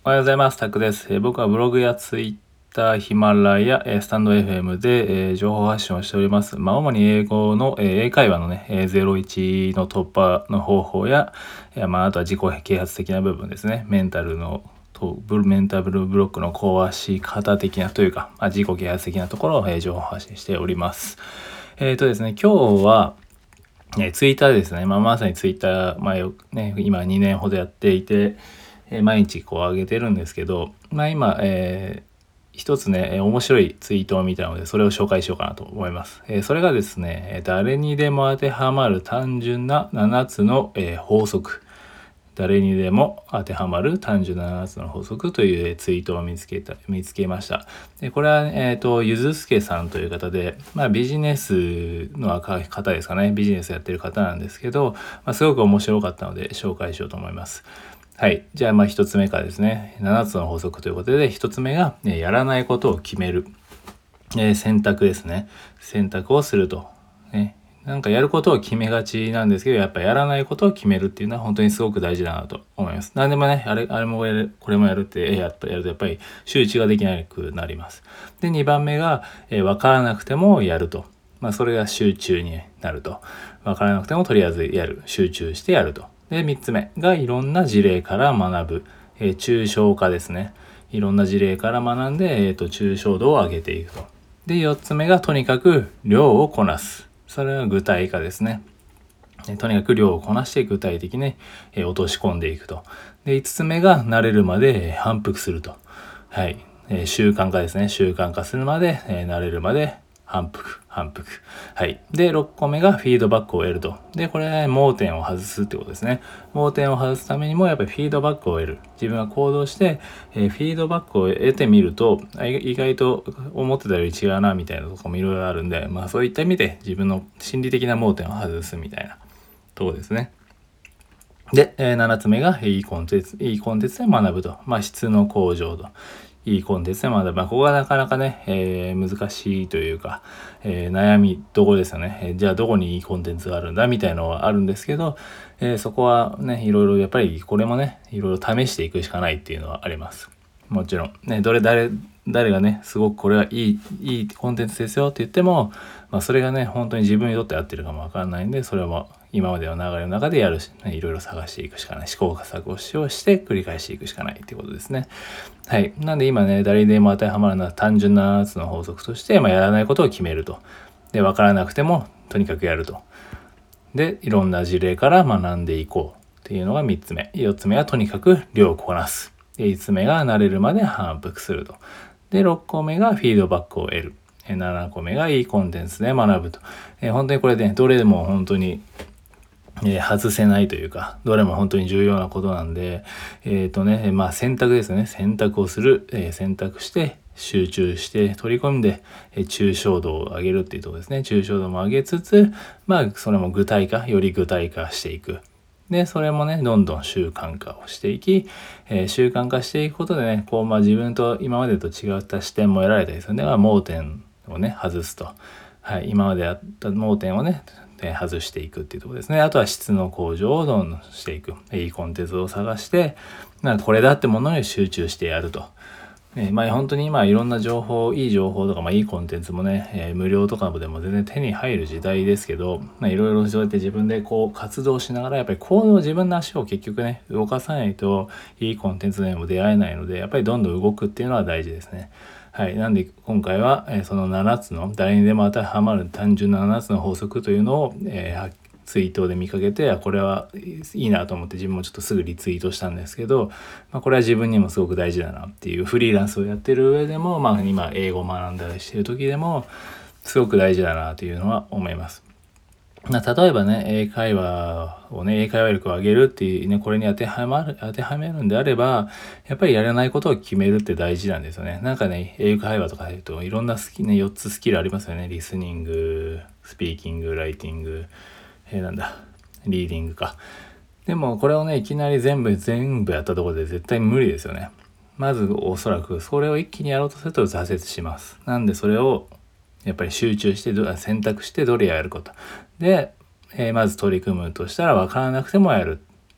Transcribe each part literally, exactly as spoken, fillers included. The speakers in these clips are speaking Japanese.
おはようございます。タクです。えー僕はブログやツイッター、ヒマラヤ、えースタンド エフエム で、えー情報発信をしております。まあ、主に英語の、えー英会話のね、えーゼロイチの突破の方法や、えーまあ、あとは自己啓発的な部分ですね。メンタルのとブルメンタルブロックの壊し方的なというか、まあ、自己啓発的なところを、えー情報発信しております。えっ、とですね、今日は、えーツイッターですね。まあ、まさにツイッター、まあよね、今にねんほどやっていて、えー毎日こう上げてるんですけど、まあ今、えー一つね、えー面白いツイートを見たので、それを紹介しようかなと思います。えーそれがですね、えー誰にでも当てはまる単純なななつの、えー法則。誰にでも当てはまる単純なななつの法則というツイートを見つけた、見つけました。で、これは、えっ、と、ゆずすけさんという方で、まあビジネスの方ですかね。ビジネスやってる方なんですけど、まあ、すごく面白かったので紹介しようと思います。はい。じゃあ、まあ一つ目からですね。ななつの法則ということで、一つ目が、ね、やらないことを決める。えー選択ですね。選択をすると。ね。なんかやることを決めがちなんですけど、やっぱやらないことを決めるっていうのは本当にすごく大事だなと思います。何でもね、あれ、あれもやる、これもやるって、やっぱやるとやっぱり周知ができなくなります。で、にばんめが、えー、分からなくてもやると。まあ、それが集中になると。分からなくてもとりあえずやる。集中してやると。で、みっつめがいろんな事例から学ぶ。えー、抽象化ですね。いろんな事例から学んで、えっ、と、抽象度を上げていくと。で、よっつめがとにかく量をこなす。それは具体化ですね。とにかく量をこなして具体的に落とし込んでいくと。で、いつつめが慣れるまで反復すると。はい。習慣化ですね。習慣化するまで、慣れるまで反復、反復。はい。で、ろっこめがフィードバックを得ると。で、これは盲点を外すってことですね。盲点を外すためにもやっぱりフィードバックを得る。自分が行動して、えー、フィードバックを得てみると、意外と思ってたより違うなみたいなところもいろいろあるんで、まあそういった意味で自分の心理的な盲点を外すみたいなところですね。で、えー、ななつめがいいコンテンツ、いいコンテンツで学ぶと。まあ質の向上と。いいコンテンツで学ぶ。まあここがなかなかね、えー、難しいというか、えー、悩みどこですよね、えー。じゃあどこにいいコンテンツがあるんだみたいなのはあるんですけど、えー、そこはね、いろいろやっぱりこれもね、いろいろ試していくしかないっていうのはあります。もちろん。ね、どれ、誰、誰がね、すごくこれはいい、いいコンテンツですよって言っても、まあそれがね、本当に自分にとって合ってるかもわかんないんで、それは今までの流れの中でやるし、ね、いろいろ探していくしかない。試行錯誤をして繰り返していくしかないっていうことですね。はい。なんで今ね、誰にでも当てはまるのは単純ななつの法則として、まあ、やらないことを決めると。で、わからなくても、とにかくやると。で、いろんな事例から学んでいこうっていうのがみっつめ。よっつめはとにかく量をこなす。で、いつつめが慣れるまで反復すると。で、ろっこめがフィードバックを得る。ななこめがいいコンテンツで学ぶと。えー、本当にこれね、どれでも本当にえー、外せないというか、どれも本当に重要なことなんで、えっ、とね、まあ選択ですね。選択をする、えー、選択して、集中して取り込んで、えー、抽象度を上げるっていうところですね。抽象度も上げつつ、まあそれも具体化、より具体化していく。で、それもね、どんどん習慣化をしていき、えー、習慣化していくことでね、こう、まあ自分と今までと違った視点も得られたりするので、まあ、盲点をね、外すと。はい、今までやった盲点をね、外していくっていうところですね。あとは質の向上をどんどんしていく。いいコンテンツを探して、なんかこれだってものに集中してやると。えー、まあ本当に今いろんな情報、いい情報とか、まあいいコンテンツもね、えー、無料とかでも全然手に入る時代ですけど、まあいろいろそうやって自分でこう活動しながら、やっぱり行動、自分の足を結局ね、動かさないといいコンテンツにも出会えないので、やっぱりどんどん動くっていうのは大事ですね。はい。なんで今回は、えー、そのななつの誰にでも当てはまる単純なななつの法則というのを、えー、ツイートで見かけて、これはいいなと思って自分もちょっとすぐリツイートしたんですけど、まあ、これは自分にもすごく大事だなっていう、フリーランスをやってる上でも、まあ今英語を学んだりしてる時でも、すごく大事だなというのは思います。例えばね、英会話をね、英会話力を上げるっていうね、これに当てはまる、当てはめるんであれば、やっぱりやらないことを決めるって大事なんですよね。なんかね、英会話とか言うといろんなスキね、よっつスキルありますよね。リスニング、スピーキング、ライティング、えー、なんだ、リーディングか。でもこれをね、いきなり全部、全部やったところで絶対無理ですよね。まずおそらくそれを一気にやろうとすると挫折します。なんでそれをやっぱり集中して選択してどれやることで、えー、まず取り組むとしたら分からなくてもやる。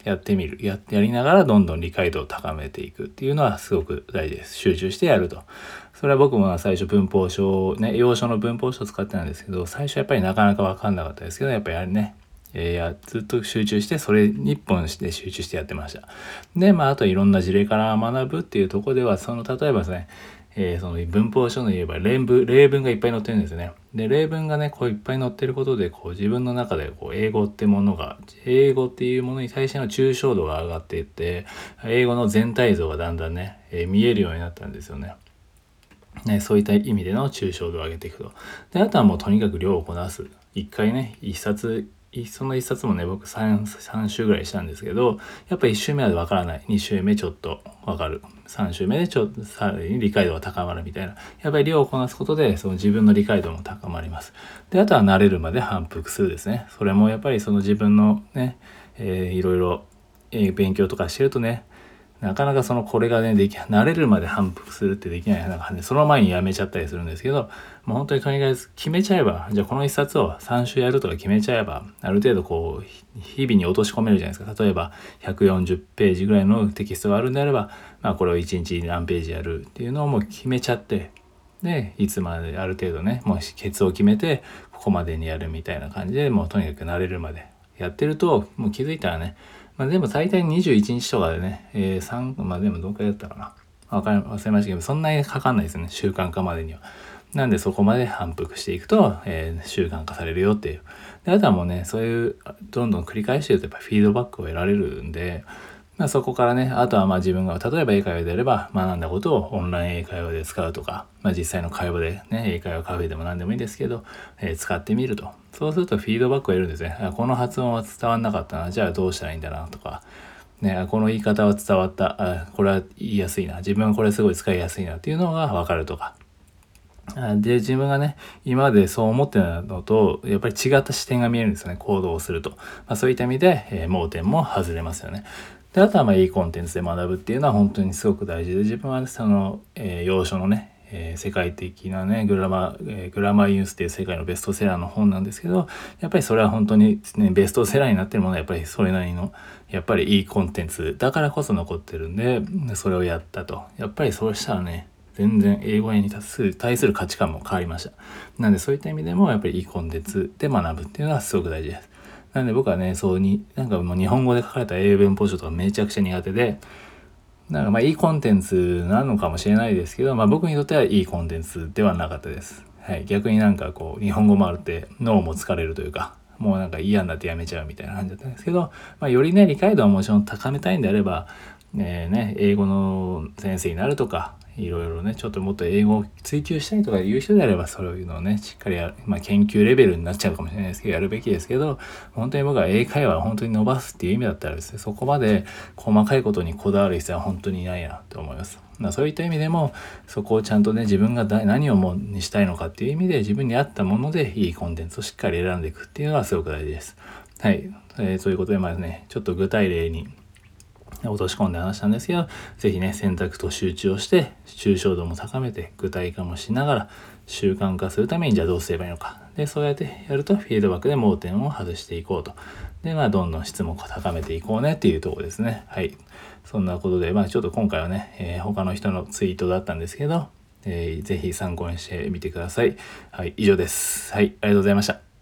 やってみる。や、やりながらどんどん理解度を高めていくっていうのはすごく大事です。集中してやると。それは僕も最初文法書、ね、要所の文法書を使ってたんですけど、最初やっぱりなかなかわかんなかったですけど、やっぱりあれね、えー、やずっと集中して、それ一本して集中してやってました。で、まあ、あといろんな事例から学ぶっていうところでは、その、例えばですね、えー、その文法書の言えば例文、例文がいっぱい載ってるんですよね。で、例文がね、こういっぱい載ってることで、こう自分の中でこう英語ってものが、英語っていうものに対しての抽象度が上がっていって、英語の全体像がだんだんね、えー、見えるようになったんですよね。ね、そういった意味での抽象度を上げていくと。で、あとはもうとにかく量をこなす。一回ね、一冊、その一冊もね、僕 3, 3週ぐらいしたんですけど、やっぱいち週目はわからない。に週目ちょっとわかる。さん週目でちょっとさらに理解度が高まるみたいな。やっぱり量をこなすことで、その自分の理解度も高まります。で、あとは慣れるまで反復するですね。それもやっぱりその自分のね、えー、いろいろ、えー、勉強とかしてるとね、なかなかそのこれがねでき慣れるまで反復するってできないなんか、ね、その前にやめちゃったりするんですけど、もう本当にとにかく決めちゃえば、じゃあこの一冊をさん週やるとか決めちゃえば、ある程度こう日々に落とし込めるじゃないですか。例えばひゃくよんじゅうページぐらいのテキストがあるんであれば、まあこれをいちにち何ページやるっていうのをもう決めちゃって、でいつまである程度ね、もうケツを決めてここまでにやるみたいな感じで、もうとにかく慣れるまでやってると、もう気づいたらね、まあでも大体にじゅういちにちとかでね、えー、さん、まあでもどんくらいだったかな。わかり、忘れましたけど、そんなにかかんないですね。習慣化までには。なんでそこまで反復していくと、えー、習慣化されるよっていう。で、あとはもうね、そういう、どんどん繰り返してるとやっぱフィードバックを得られるんで、まあ、そこからね、あとはまあ自分が例えば英会話であれば学んだことをオンライン英会話で使うとか、まあ、実際の会話でね、英会話カフェでも何でもいいんですけど、えー、使ってみると。そうするとフィードバックを得るんですね。あ、この発音は伝わんなかったな。じゃあどうしたらいいんだなとか。ね、この言い方は伝わった。あ、これは言いやすいな。自分はこれすごい使いやすいなっていうのが分かるとか。で、自分がね、今までそう思ってたのと、やっぱり違った視点が見えるんですよね。行動をすると。まあ、そういった意味で、えー、盲点も外れますよね。で、あとはまあいいコンテンツで学ぶっていうのは本当にすごく大事で、自分はその、えー、要所のね、えー、世界的なね、グラマー、えー、グラマーユースっていう世界のベストセラーの本なんですけど、やっぱりそれは本当に、ね、ベストセラーになってるものはやっぱりそれなりの、やっぱりいいコンテンツだからこそ残ってるんで、それをやったと。やっぱりそうしたらね、全然英語に対する対する価値観も変わりました。なんでそういった意味でもやっぱりいいコンテンツで学ぶっていうのはすごく大事です。なんで僕はね、そうに、なんかもう日本語で書かれた英文文書とかめちゃくちゃ苦手で、なんかまあいいコンテンツなのかもしれないですけど、まあ僕にとってはいいコンテンツではなかったです。はい。逆になんかこう、日本語もあるって脳も疲れるというか、もうなんか嫌になってやめちゃうみたいな感じだったんですけど、まあよりね、理解度はもちろん高めたいんであれば、えー、ね、英語の先生になるとか、いろいろね、ちょっともっと英語を追求したいとかいう人であれば、そういうのをね、しっかりやる、まあ研究レベルになっちゃうかもしれないですけど、やるべきですけど、本当に僕は英会話を本当に伸ばすっていう意味だったらですね、そこまで細かいことにこだわる必要は本当にないなと思います。まあ、そういった意味でも、そこをちゃんとね、自分が何をもにしたいのかっていう意味で、自分に合ったものでいいコンテンツをしっかり選んでいくっていうのはすごく大事です。はい。えー、ということで、まあね、ちょっと具体例に落とし込んで話したんですけど、ぜひね、選択と集中をして、抽象度も高めて、具体化もしながら、習慣化するためにじゃあどうすればいいのか。で、そうやってやると、フィードバックで盲点を外していこうと。で、まあ、どんどん質問を高めていこうねっていうところですね。はい。そんなことで、まあ、ちょっと今回はね、えー、他の人のツイートだったんですけど、えー、ぜひ参考にしてみてください。はい、以上です。はい、ありがとうございました。